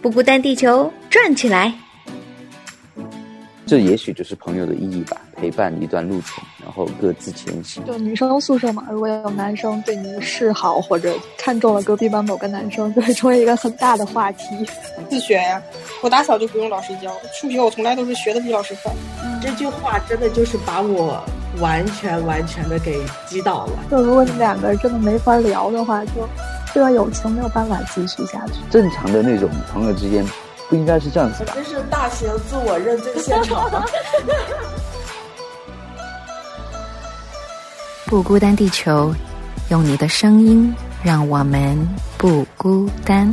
不孤单地球转起来。 这也许就是朋友的意义吧，陪伴一段路程，然后各自前行。 就女生宿舍嘛，如果有男生对你示好或者看中了隔壁班某个男生，就会成为一个很大的话题。 自学呀，我打小就不用老师教，数学我从来都是学的比老师快。 这句话真的就是把我完全的给击倒了。 就如果你两个人真的没法聊的话，就这段友情没有办法继续下去。 正常的那种朋友之间不应该是这样子吧？ 这是大型自我认罪现场吗？ 不孤单地球，用你的声音让我们不孤单。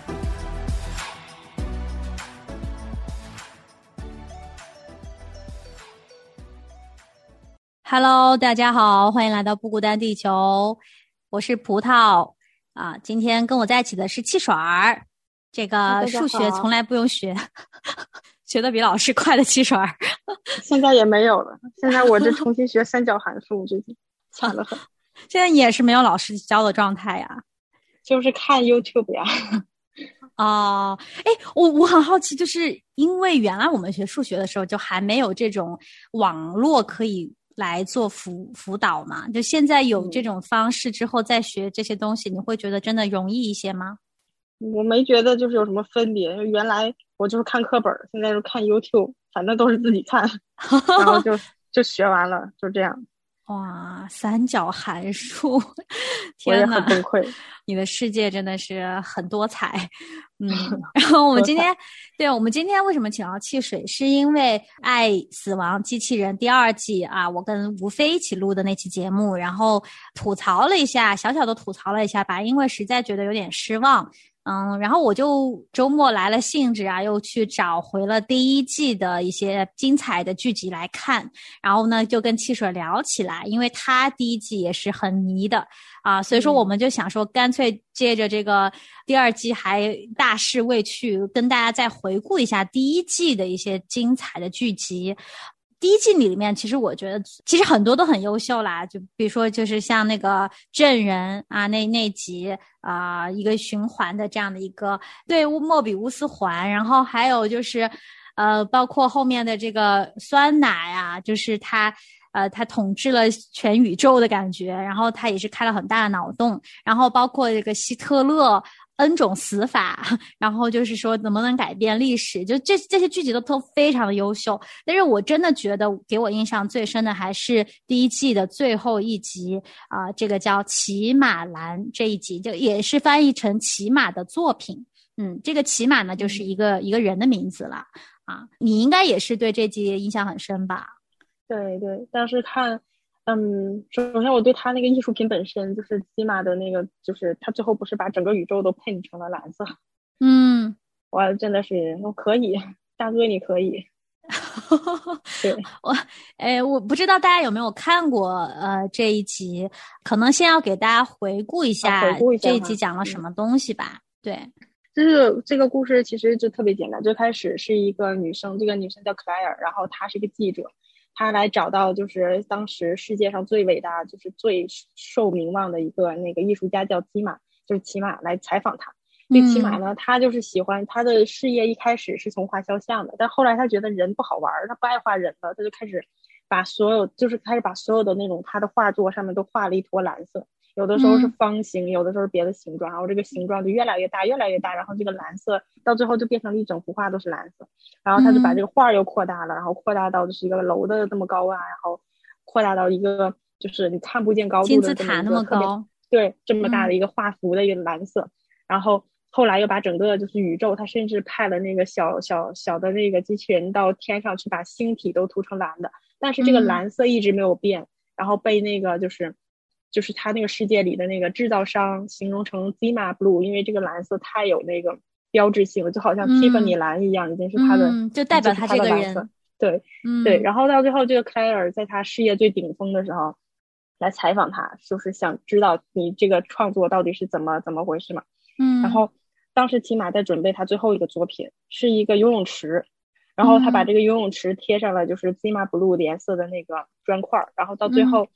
Hello， 大家好，欢迎来到不孤单地球，我是葡萄啊。今天跟我在一起的是汽水儿，这个数学从来不用学，学的比老师快的汽水儿。 现在也没有了，现在我这重新学三角函数，最近惨得很。 现在你也是没有老师教的状态呀？ 就是看 YouTube 呀。 哦，哎，我很好奇，就是因为原来我们学数学的时候就还没有这种网络可以来做辅导嘛，就现在有这种方式之后再学这些东西，你会觉得真的容易一些吗？ 我没觉得就是有什么分别，原来我就是看课本，现在就看 YouTube， 反正都是自己看，然后就学完了，就这样。 哇，三角函数，天哪， 我也很崩溃。 你的世界真的是很多彩。然后我们今天为什么请到汽水，是因为《爱死亡机器人》第2季啊，我跟吴飞一起录的那期节目，然后吐槽了一下，小小的吐槽了一下吧，因为实在觉得有点失望。然后我就周末来了兴致啊，又去找回了第1季的一些精彩的剧集来看，然后呢就跟汽水聊起来，因为他第1季也是很迷的啊，所以说我们就想说干脆借着这个第2季还大势未去，跟大家再回顾一下第1季的一些精彩的剧集。第1季里面其实我觉得其实很多都很优秀啦，就比如说就是像那个证人啊，那集啊，一个循环的这样的一个对莫比乌斯环，然后还有就是包括后面的这个酸奶啊，就是他统治了全宇宙的感觉，然后他也是开了很大的脑洞，然后包括这个希特勒N 种死法，然后就是说能不能改变历史，就这些剧集都非常的优秀。但是我真的觉得给我印象最深的还是第1季的最后一集啊，这个叫骑马兰这一集，就也是翻译成骑马的作品。这个骑马呢就是一个人的名字了啊。你应该也是对这集印象很深吧？ 对对，但是看首先我对他那个艺术品本身，就是骑马的那个，就是他最后不是把整个宇宙都配成了蓝色。我真的是我可以，大哥你可以。对， 我不知道大家有没有看过这一集，可能先要给大家回顾一下这一集讲了什么东西吧。对， 这个故事其实就特别简单，最开始是一个女生，这个女生叫克莱尔，然后她是一个记者。他来找到就是当时世界上最伟大就是最受名望的一个那个艺术家叫骑马，就是骑马来采访他。这骑马呢，他就是喜欢他的事业，一开始是从画肖像的，但后来他觉得人不好玩，他不爱画人了，他就开始把所有的那种他的画作上面都画了一坨蓝色，有的时候是方形，有的时候是别的形状，然后这个形状就越来越大越来越大，然后这个蓝色到最后就变成了一整幅画都是蓝色，然后他就把这个画又扩大了，然后扩大到就是一个楼的这么高啊，然后扩大到一个就是你看不见高度的金字塔那么高， 对，这么大的一个画幅的一个蓝色，然后后来又把整个就是宇宙，他甚至派了那个小的那个机器人到天上去把星体都涂成蓝的，但是这个蓝色一直没有变，然后被那个就是他那个世界里的那个制造商形容成 Zima Blue， 因为这个蓝色太有那个标志性了，就好像蒂芙尼蓝一样，已经是他的， 就代表他这个人。 对，对。然后到最后，这个克莱尔在他事业最顶峰的时候来采访他，就是想知道你这个创作到底是怎么回事嘛。然后当时骑马在准备他最后一个作品，是一个游泳池，然后他把这个游泳池贴上了就是 Zima Blue 颜色的那个砖块，然后到最后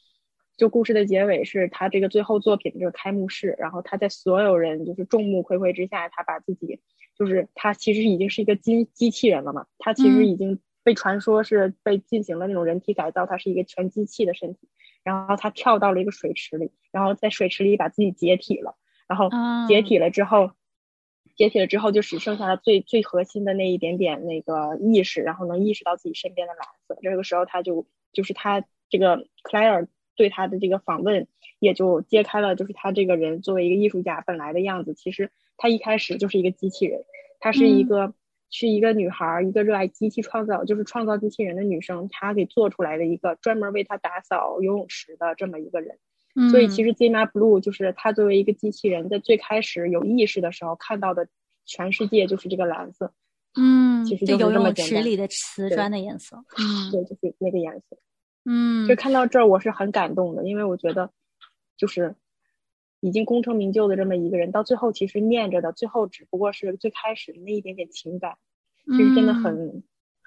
就故事的结尾是他这个最后作品的这个开幕式，然后他在所有人就是众目睽睽之下，他把自己就是他其实已经是一个机器人了嘛，他其实已经被传说是被进行了那种人体改造，他是一个全机器的身体，然后他跳到了一个水池里，然后在水池里把自己解体了，然后解体了之后就只剩下了最核心的那一点点那个意识，然后能意识到自己身边的蓝色。这个时候他就是他这个 Claire 对他的这个访问也就揭开了就是他这个人作为一个艺术家本来的样子。其实他一开始就是一个机器人，他是一个女孩，一个热爱机器创造机器人的女生，她给做出来的一个专门为她打扫游泳池的这么一个人。所以其实 Zima Blue 就是他作为一个机器人在最开始有意识的时候看到的全世界就是这个蓝色。其实就是这么简单， 游泳池里的瓷砖的颜色。 对，就是那个颜色。就看到这儿我是很感动的，因为我觉得就是已经功成名就的这么一个人，到最后其实念着的最后只不过是最开始的那一点点情感，其实真的很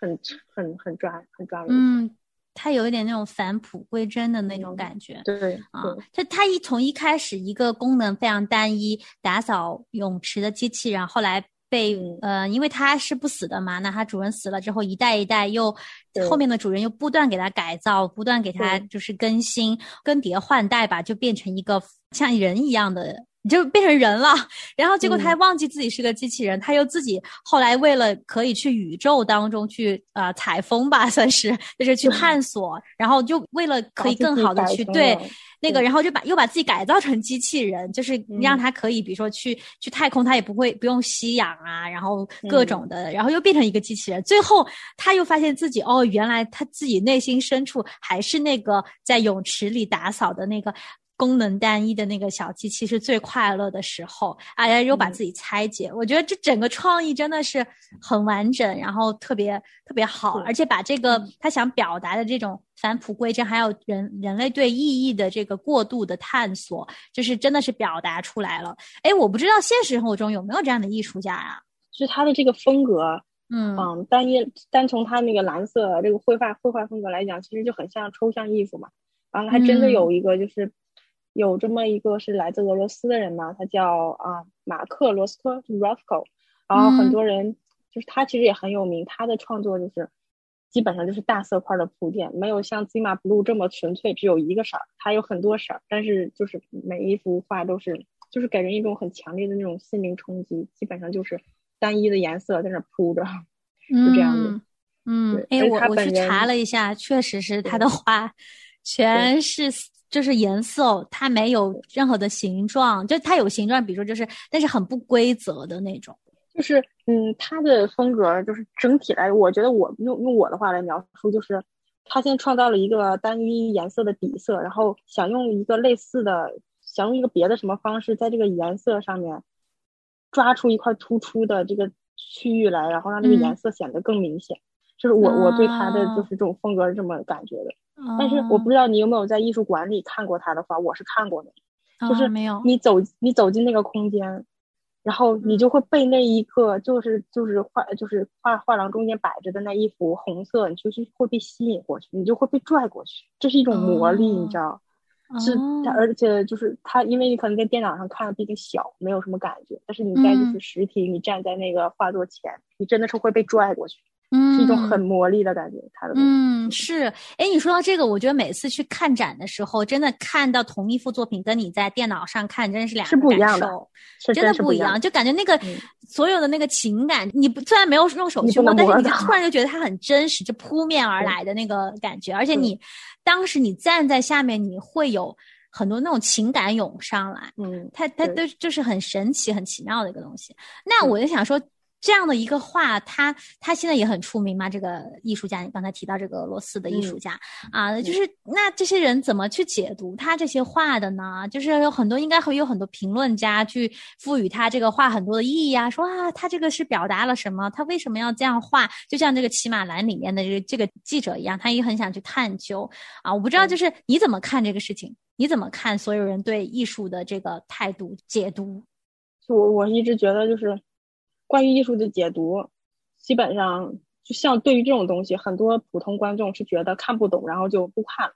抓人。 他有一点那种返璞归真的那种感觉。 对啊，他从一开始一个功能非常单一打扫泳池的机器人，后来被因为他是不死的嘛，那他主人死了之后一代一代又后面的主人又不断给他改造，不断给他就是更新更迭换代吧，就变成一个像人一样的，就变成人了。然后结果他还忘记自己是个机器人，他又自己后来为了可以去宇宙当中去采风吧，算是就是去探索，然后就为了可以更好的去对那个，然后就又把自己改造成机器人，就是让他可以比如说去太空，他也不用吸氧啊，然后各种的，然后又变成一个机器人。最后他又发现自己原来他自己内心深处还是那个在泳池里打扫的那个功能单一的那个小机器是最快乐的时候，又把自己拆解。我觉得这整个创意真的是很完整，然后特别特别好，而且把这个他想表达的这种返璞归真，还有人类对意义的这个过度的探索，就是真的是表达出来了。我不知道现实生活中有没有这样的艺术家呀？ 就是他的这个风格，单从他那个蓝色这个绘画风格来讲，其实就很像抽象艺术嘛。完了还真的有一个就是有这么一个是来自俄罗斯的人嘛，他叫马克罗斯科 Rothko， 然后很多人就是他其实也很有名，他的创作就是基本上就是大色块的铺垫，没有像 Zima Blue 这么纯粹只有一个色，他有很多色，但是就是每一幅画都是就是给人一种很强烈的那种心灵冲击，基本上就是单一的颜色在那铺着，就这样子。 我去查了一下，确实是他的画全是就是颜色，它没有任何的形状，就它有形状，比如说就是但是很不规则的那种。 就是他的风格就是整体来，我觉得我用我的话来描述，就是他先创造了一个单一颜色的底色，然后想用一个别的什么方式在这个颜色上面抓出一块突出的这个区域来，然后让这个颜色显得更明显。就是我对他的就是这种风格是这么感觉的。但是我不知道你有没有在艺术馆里看过他的画，我是看过的。就是没有， 你走进那个空间，然后你就会被那一刻就是画廊中间摆着的那一幅红色，你就是会被吸引过去，你就会被拽过去，这是一种魔力，你知道。是它，而且就是它，因为你可能在电脑上看的毕竟小，没有什么感觉，但是你在就是实体，你站在那个画作前，你真的是会被拽过去。是一种很魔力的感觉，他的是。你说到这个，我觉得每次去看展的时候，真的看到同一幅作品，跟你在电脑上看真的是两个感受，真的不一样。就感觉那个所有的那个情感，你虽然没有用手去摸，但是你突然就觉得它很真实，就扑面而来的那个感觉。而且你当时你站在下面，你会有很多那种情感涌上来。它都就是很神奇、很奇妙的一个东西。那我就想说，这样的一个画，他现在也很出名嘛，这个艺术家，你刚才提到这个俄罗斯的艺术家就是那这些人怎么去解读他这些画的呢？就是应该会有很多评论家去赋予他这个画很多的意义啊，说他这个是表达了什么，他为什么要这样画？就像这个骑马栏里面的这个记者一样，他也很想去探究我不知道就是你怎么看这个事情，你怎么看所有人对艺术的这个态度解读？ 我一直觉得就是关于艺术的解读，基本上就像对于这种东西，很多普通观众是觉得看不懂，然后就不看了。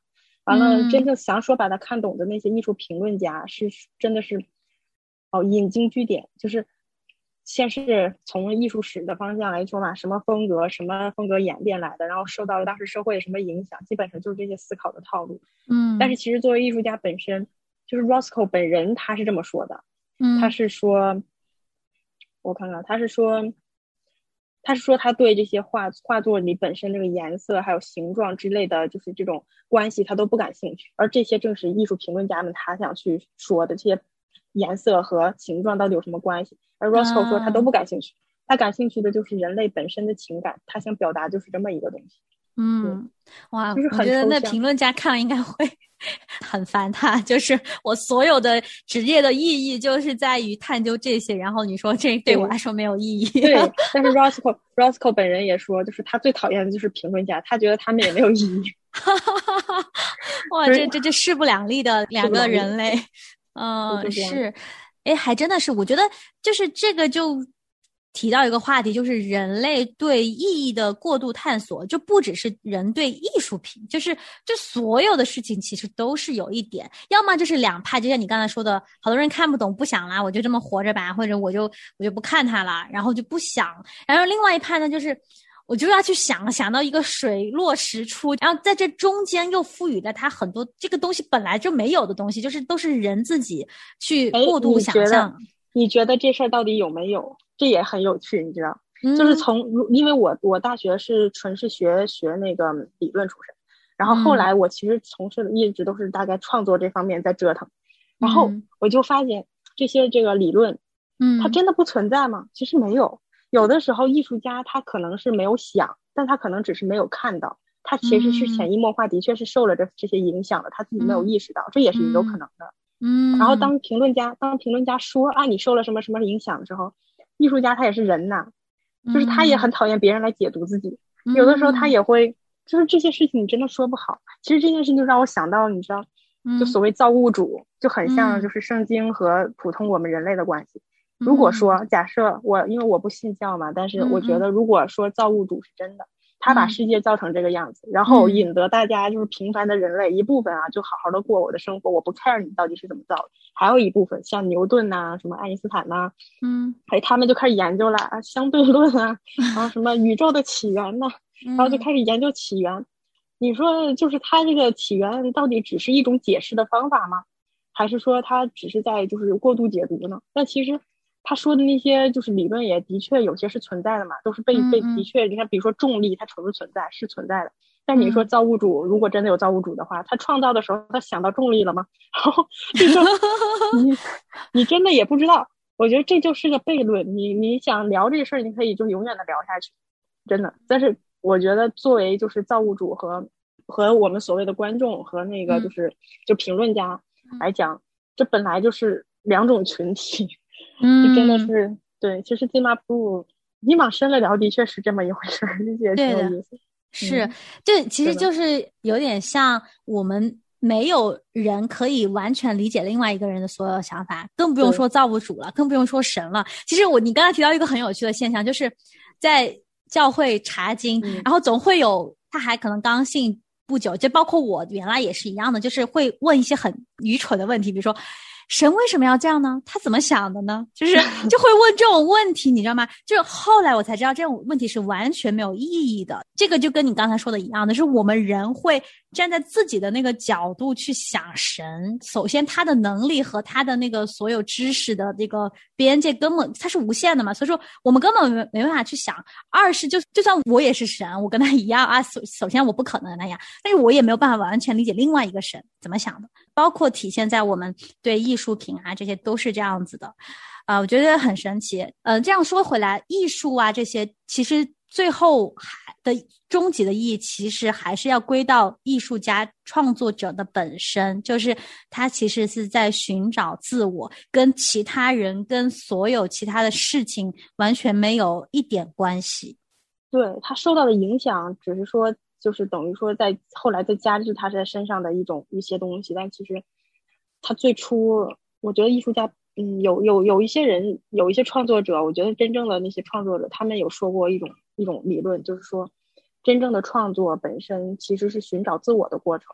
完了真正想说把它看懂的那些艺术评论家是真的是引经据典，就是先是从艺术史的方向来说嘛，什么风格演变来的，然后受到了当时社会什么影响，基本上就是这些思考的套路。但是其实作为艺术家本身，就是 Rothko 本人他是这么说的，他是说，我看看，他是说他对这些画作里本身这个颜色还有形状之类的，就是这种关系他都不感兴趣，而这些正是艺术评论家们他想去说的，这些颜色和形状到底有什么关系，而 Rothko 说他都不感兴趣，他感兴趣的就是人类本身的情感，他想表达就是这么一个东西。 哇， 就是很我觉得那抽象评论家看了应该会很烦他，就是我所有的职业的意义就是在于探究这些，然后你说这对我来说没有意义。 对，但是 Rothko 本人也说，就是他最讨厌的就是评论家，他觉得他们也没有意义。 哇，这势不两立的两个人类。是，哎，还真的是，我觉得就是这个就提到一个话题，就是人类对意义的过度探索，就不只是人对艺术品，就所有的事情其实都是有一点，要么就是两派，就像你刚才说的，好多人看不懂不想啦，我就这么活着吧，或者我就不看它了，然后就不想，然后另外一派呢就是我就要去想到一个水落石出，然后在这中间又赋予了它很多这个东西本来就没有的东西，就是都是人自己去过度想象。 你觉得这事儿到底有没有？这也很有趣，你知道？就是因为我大学是纯是学那个理论出身，然后后来我其实从事的一直都是大概创作这方面在折腾，然后我就发现这个理论，它真的不存在吗？其实没有。有的时候艺术家他可能是没有想，但他可能只是没有看到，他其实是潜移默化，的确是受了这些影响的，他自己没有意识到，这也是有可能的。然后当评论家说啊你受了什么什么影响的时候，艺术家他也是人呐，就是他也很讨厌别人来解读自己，有的时候他也会，就是这些事情你真的说不好。其实这件事就让我想到，你知道，就所谓造物主，就很像就是圣经和普通我们人类的关系。如果说假设因为我不信教嘛，但是我觉得如果说造物主是真的，他把世界造成这个样子，然后引得大家就是平凡的人类一部分啊，就好好的过我的生活，我不 care 你到底是怎么造的。还有一部分像牛顿呐、什么爱因斯坦呐，他们就开始研究了相对论啊，然后什么宇宙的起源呐，然后就开始研究起源。你说就是他这个起源到底只是一种解释的方法吗？还是说他只是在就是过度解读呢？但其实他说的那些就是理论也的确有些是存在的嘛，都是被的确，你看比如说重力它存在是存在的，但你说造物主如果真的有造物主的话，他创造的时候他想到重力了吗？然后这个你真的也不知道。我觉得这就是个悖论，你想聊这事儿你可以就永远的聊下去，真的。但是我觉得作为就是造物主和我们所谓的观众和那个就评论家来讲，这本来就是两种群体。就真的是对，其实津巴布你往深了聊的确是这么一回事，也挺有意思。 是，这其实就是有点像我们没有人可以完全理解另外一个人的所有想法，更不用说造物主了，更不用说神了。其实你刚才提到一个很有趣的现象，就是在教会查经，然后总会有他还可能刚信不久，就包括我原来也是一样的，就是会问一些很愚蠢的问题，比如说神为什么要这样呢？他怎么想的呢？就会问这种问题，你知道吗？就后来我才知道这种问题是完全没有意义的。这个就跟你刚才说的一样的，是我们人会站在自己的那个角度去想神。首先他的能力和他的那个所有知识的这个边界根本它是无限的嘛，所以说我们根本没办法去想。二是就算我也是神，我跟他一样啊，首先我不可能那样，但是我也没有办法完全理解另外一个神怎么想的，包括体现在我们对艺术品啊，这些都是这样子的。我觉得很神奇。这样说回来，艺术啊这些其实最后的终极的意义其实还是要归到艺术家创作者的本身，就是他其实是在寻找自我，跟其他人跟所有其他的事情完全没有一点关系。 对，他受到的影响只是说就是等于说在后来再加剧他在身上的一些东西，但其实他最初我觉得艺术家有一些人有一些创作者，我觉得真正的那些创作者他们有说过一种理论，就是说真正的创作本身其实是寻找自我的过程，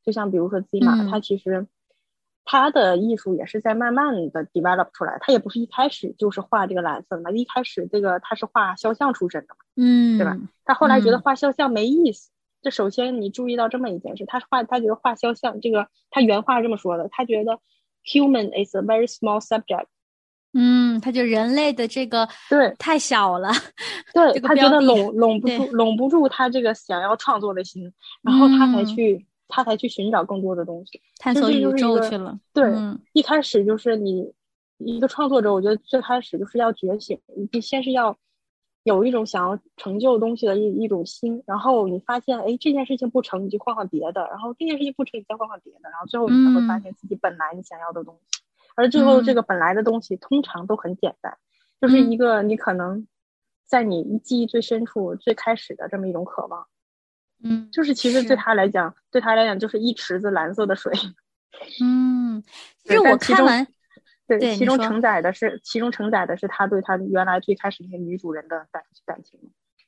就像比如说基马，他其实他的艺术也是在慢慢的 develop 出来，他也不是一开始就是画这个蓝色的嘛，一开始这个他是画肖像出身的嘛，对吧？他后来觉得画肖像没意思。这首先你注意到这么一件事，他觉得画肖像这个，他原话是这么说的，他觉得 human is a very small subject。 他觉得人类的这个对太小了， 对， 这个他觉得标拢不住他这个想要创作的心，然后他才去寻找更多的东西， 探索宇宙去了。 对，一开始就是你一个创作者，我觉得最开始就是要觉醒，你先是要有一种想要成就东西的一种心，然后你发现这件事情不成，你就换别的，然后这件事情不成，你再换别的，然后最后你才会发现自己本来你想要的东西。而最后这个本来的东西通常都很简单，就是一个你可能在你记忆最深处最开始的这么一种渴望。就是其实对他来讲就是一池子蓝色的水。 就是我看完对其中承载的是他对他原来最开始那些女主人的感情。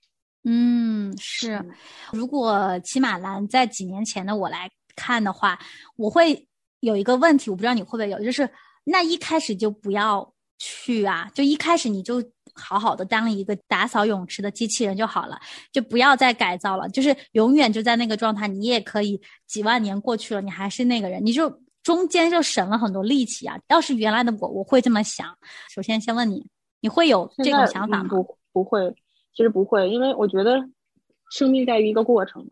是。如果骑马兰在几年前的我来看的话，我会有一个问题，我不知道你会不会有，就是那一开始就不要去啊，就一开始你就好好的当一个打扫泳池的机器人就好了，就不要再改造了，就是永远就在那个状态，你也可以几万年过去了，你还是那个人，你就中间就省了很多力气啊。要是原来的我会这么想。首先先问你会有这种想法吗？ 不会，其实不会，因为我觉得生命在于一个过程。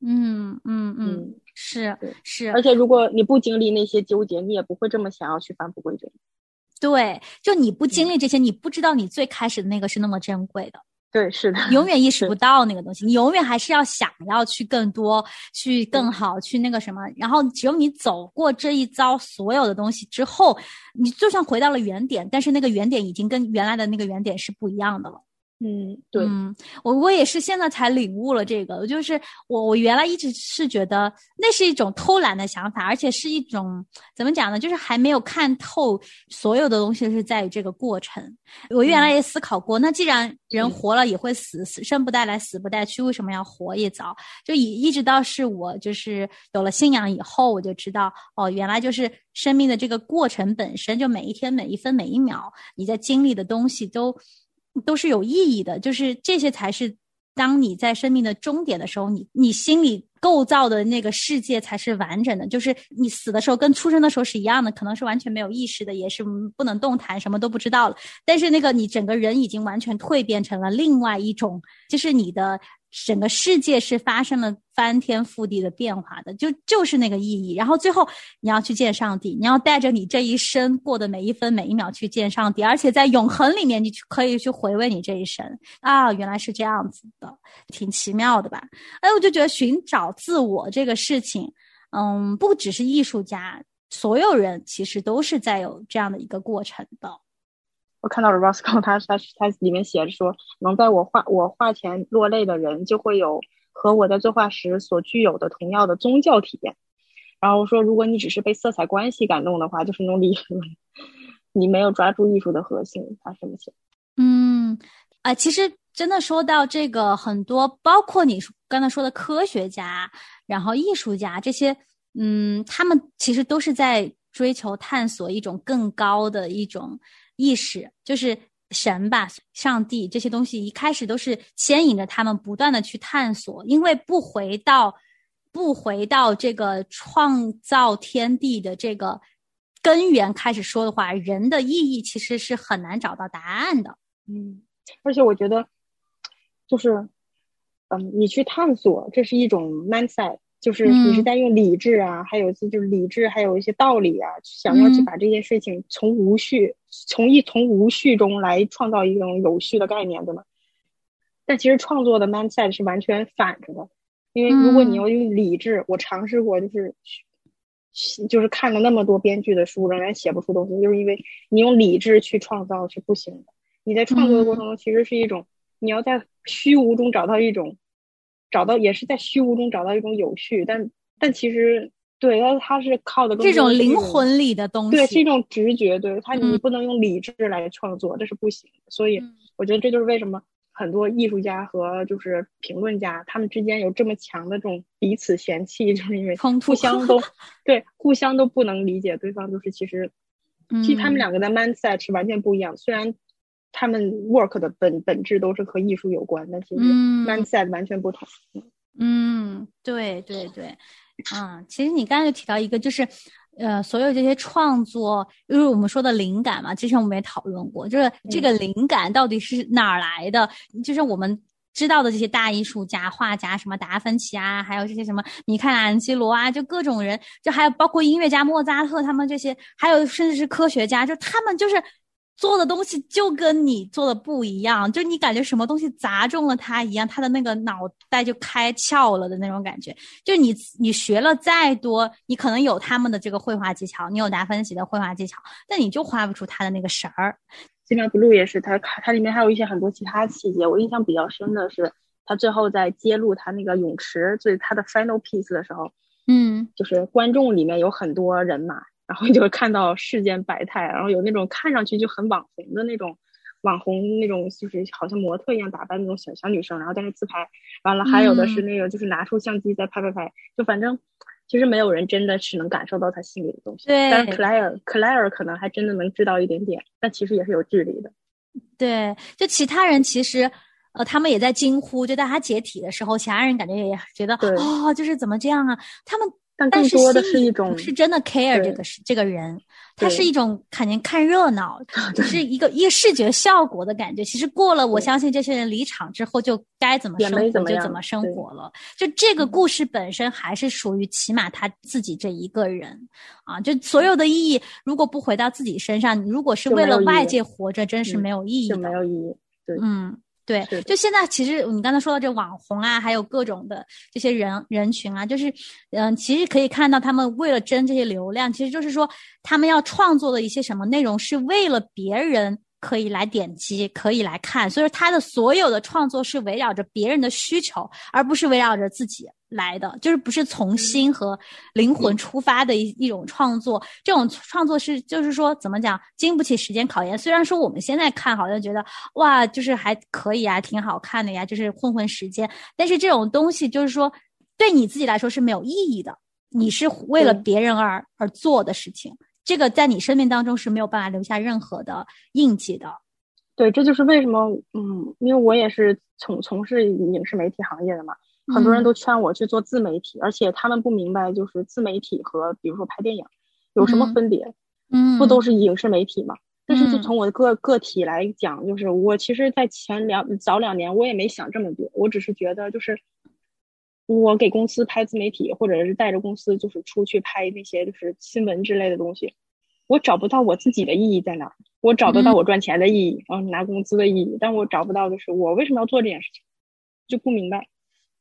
是。而且如果你不经历那些纠结，你也不会这么想要去返璞归真。 对，就你不经历这些，你不知道你最开始的那个是那么珍贵的。 对，是的， 永远意识不到那个东西，你永远还是要想要去更多，去更好，去那个什么。然后只有你走过这一遭所有的东西之后，你就像回到了原点，但是那个原点已经跟原来的那个原点是不一样的了。 对， 我也是现在才领悟了这个，就是我原来一直是觉得那是一种偷懒的想法，而且是一种怎么讲呢，就是还没有看透所有的东西是在于这个过程。我原来也思考过，那既然人活了也会死，生不带来死不带去，为什么要活一遭？就一直到是我就是有了信仰以后，我就知道原来就是生命的这个过程本身，就每一天每一分每一秒你在经历的东西都是有意义的，就是这些才是当你在生命的终点的时候，你心里构造的那个世界才是完整的，就是你死的时候跟出生的时候是一样的，可能是完全没有意识的，也是不能动弹，什么都不知道了，但是那个你整个人已经完全蜕变成了另外一种，就是你的整个世界是发生了翻天覆地的变化的，就是那个意义。然后最后你要去见上帝，你要带着你这一生过的每一分每一秒去见上帝，而且在永恒里面你可以去回味你这一生啊，原来是这样子的，挺奇妙的吧。我就觉得寻找自我这个事情不只是艺术家，所有人其实都是在有这样的一个过程的。 我看到了 Roscoe 他里面写着说，能在我画前落泪的人，就会有和我在作画时所具有的同样的宗教体验。然后说，如果你只是被色彩关系感动的话，就是那种理论，你没有抓住艺术的核心。他这么写。 其实真的说到这个，很多包括你刚才说的科学家，然后艺术家这些，他们其实都是在追求探索一种更高的一种意识，就是神吧，上帝这些东西一开始都是牵引着他们不断的去探索，因为不回到这个创造天地的这个根源开始说的话，人的意义其实是很难找到答案的。 而且我觉得就是你去探索，这是一种 mindset， 就是你是在用理智啊，还有就是理智还有一些道理啊，想要去把这件事情从无序中来创造一种有序的概念，对吗？但其实创作的 mindset 是完全反着的，因为如果你要用理智，我尝试过就是看了那么多编剧的书，仍然写不出东西，就是因为你用理智去创造是不行的。你在创作的过程中其实是一种你要在虚无中也是在虚无中找到一种有序，但其实对，它是靠的这种灵魂里的东西， 对，是一种直觉，对，你不能用理智来创作，这是不行的。所以我觉得这就是为什么很多艺术家和就是评论家，他们之间有这么强的这种彼此嫌弃，就是因为互相都对，互相都不能理解对方，就是其实他们两个的 mindset 是完全不一样，虽然他们 work 的本质都是和艺术有关，但其实 mindset 完全不同。 对，其实你刚才就提到一个，就是所有这些创作，就是我们说的灵感嘛，之前我们也讨论过，就是这个灵感到底是哪儿来的？就是我们知道的这些大艺术家、画家，什么达芬奇啊，还有这些什么米开朗基罗啊，就各种人，就还有包括音乐家莫扎特他们这些，还有甚至是科学家，就他们就是做的东西就跟你做的不一样，就你感觉什么东西砸中了他一样，他的那个脑袋就开窍了的那种感觉。就你学了再多，你可能有他们的这个绘画技巧，你有达芬奇的绘画技巧，但你就画不出他的那个神儿。 基本上 Blue 也是，它里面还有一些很多其他细节，我印象比较深的是他最后在揭露他那个泳池，所以他的 final piece 的时候，就是观众里面有很多人嘛，然后就会看到世间百态，然后有那种看上去就很网红的那种就是好像模特一样打扮那种小女生，然后在那自拍，完了还有的是那个就是拿出相机在拍，就反正其实没有人真的是能感受到他心里的东西。 对， 但是克莱尔可能还真的能知道一点点，但其实也是有距离的。 对，就其他人其实他们也在惊呼，就在他解体的时候，其他人感觉也觉得就是怎么这样啊，他们但更多的是一种不是真的 care 这个人，他是一种肯定看热闹，就是一个视觉效果的感觉。其实过了，我相信这些人离场之后就该怎么生活就怎么生活了。就这个故事本身还是属于起码他自己这一个人啊，就所有的意义如果不回到自己身上，你如果是为了外界活着，真是没有意义的， 就没有意义。对， 对，就现在其实你刚才说到这网红啊，还有各种的这些人群啊，就是其实可以看到他们为了争这些流量，其实就是说他们要创作的一些什么内容是为了别人可以来点击，可以来看，所以说他的所有的创作是围绕着别人的需求，而不是围绕着自己来的，就是不是从心和灵魂出发的一种创作。这种创作是就是说怎么讲，经不起时间考验。虽然说我们现在看好像觉得哇就是还可以啊，挺好看的呀，就是混时间，但是这种东西就是说对你自己来说是没有意义的，你是为了别人而做的事情，这个在你生命当中是没有办法留下任何的印记的。 对，这就是为什么因为我也是从事影视媒体行业的嘛，很多人都劝我去做自媒体，而且他们不明白就是自媒体和比如说拍电影有什么分别，不都是影视媒体嘛？但是就从我的个体来讲，就是我其实在早2年我也没想这么多，我只是觉得就是我给公司拍自媒体，或者是带着公司就是出去拍那些就是新闻之类的东西，我找不到我自己的意义在哪儿，我找得到我赚钱的意义，拿工资的意义，但我找不到就是我为什么要做这件事情，就不明白。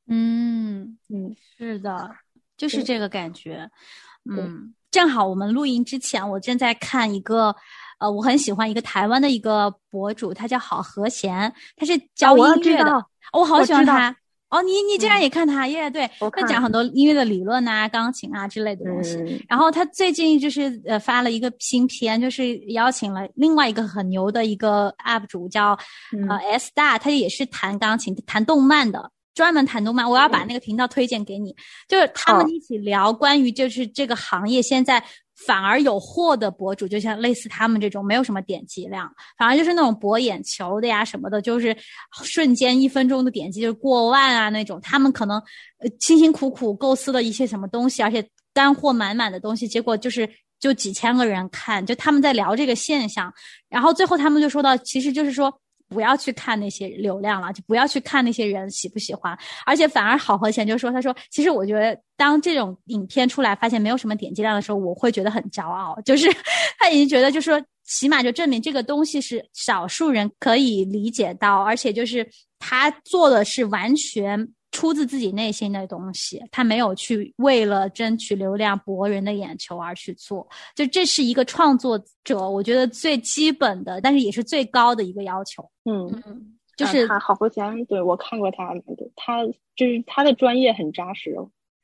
是的，就是这个感觉。正好我们录音之前，我正在看一个我很喜欢一个台湾的一个博主，他叫好和弦，他是教音乐的，我好喜欢他。你竟然也看他耶？对，他讲很多音乐的理论啊、钢琴啊之类的东西。然后他最近就是发了一个新片，就是邀请了另外一个很牛的一个 UP 主叫S 大，他也是弹钢琴、弹动漫的。专门谈动漫，我要把那个频道推荐给你。就是他们一起聊关于就是这个行业现在反而有货的博主，就像类似他们这种没有什么点击量，反而就是那种博眼球的呀什么的，就是瞬间1分钟的点击就是过万啊那种。他们可能辛辛苦苦构思了一些什么东西，而且干货满满的东西，结果就几千个人看，就他们在聊这个现象。然后最后他们就说到，其实就是说不要去看那些流量了，就不要去看那些人喜不喜欢，而且反而好和弦就说，他说其实我觉得当这种影片出来发现没有什么点击量的时候，我会觉得很骄傲，就是他已经觉得就是说起码就证明这个东西是少数人可以理解到，而且就是他做的是完全出自自己内心的东西，他没有去为了争取流量博人的眼球而去做，就这是一个创作者我觉得最基本的但是也是最高的一个要求。就是他好和弦，对，我看过他就是他的专业很扎实，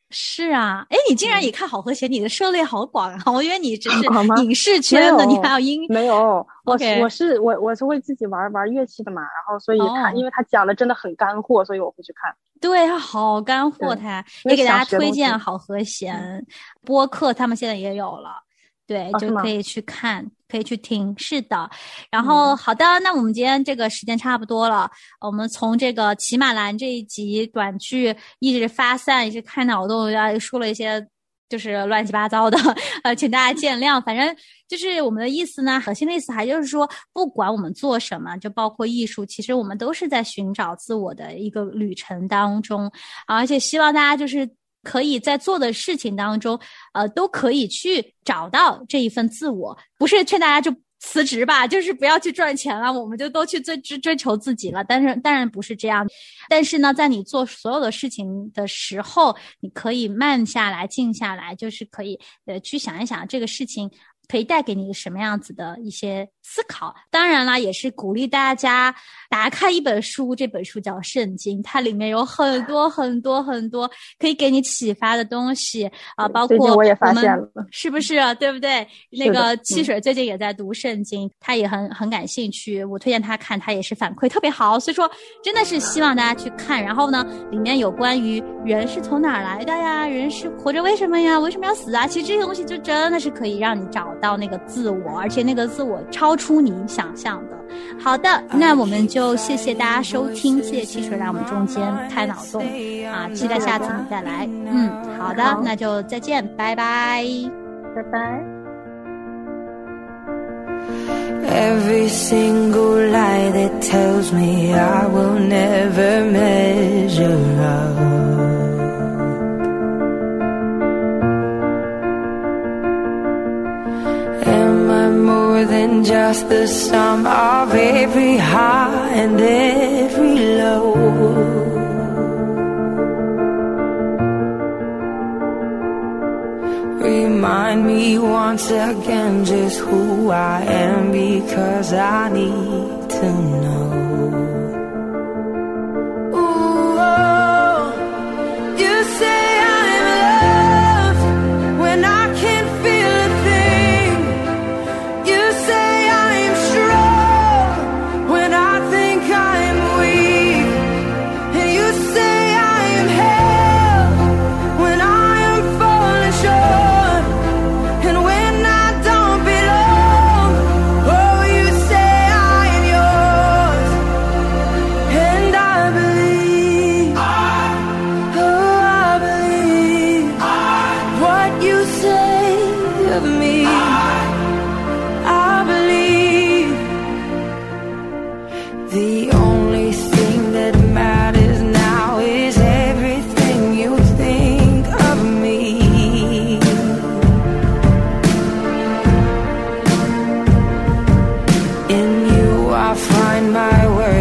是啊，哎，你竟然也看好和谐，你的涉猎好广啊！我以为你只是广吗影视圈的，你还有音没有，我 OK 是会自己玩乐器的嘛，然后所以因为他讲的真的很干货，所以我会去看。 对，他好干货，他也给大家推荐好和弦播客，他们现在也有了，对，就可以去看，可以去听，是的。然后好的，那我们今天这个时间差不多了，我们从这个骑马兰这一集短剧一直发散，一直开脑洞，说了一些就是乱七八糟的，请大家见谅。反正就是我们的意思呢，核心的意思还就是说，不管我们做什么，就包括艺术，其实我们都是在寻找自我的一个旅程当中，而且希望大家就是可以在做的事情当中，都可以去找到这一份自我，不是劝大家就辞职吧，就是不要去赚钱了，我们就都去追求自己了。但是当然不是这样，但是呢，在你做所有的事情的时候，你可以慢下来、静下来，就是可以去想一想这个事情可以带给你什么样子的一些思考。当然啦，也是鼓励大家打开一本书，这本书叫《圣经》，它里面有很多很多很多可以给你启发的东西啊，包括我也发现了， 是不是对不对？那个汽水最近也在读圣经，他也很感兴趣，我推荐他看，他也是反馈特别好，所以说真的是希望大家去看。然后呢，里面有关于人是从哪儿来的呀，人是活着为什么呀，为什么要死啊，其实这些东西就真的是可以让你找到那个自我，而且那个自我超出你想象的。好的，那我们就谢谢大家收听，谢谢汽水来我们中间开脑洞啊，期待下次你再来。好的，那就再见，拜拜， 拜拜。 Every single lie that tells me I will never measure up. Am I more than just the sum of every high and every low? Remind me once again just who I am, because I need to know. Ooh, oh, you say I'm loved when I can't feel a thing. You say I'm strong when I think I'm weak. And you say I'm held when I am falling short. And when I don't belong, oh, you say I am yours. And I believe, oh, I believe what you say of me. I believe the only thing that matters now is everything you think of me. In you I find my worth.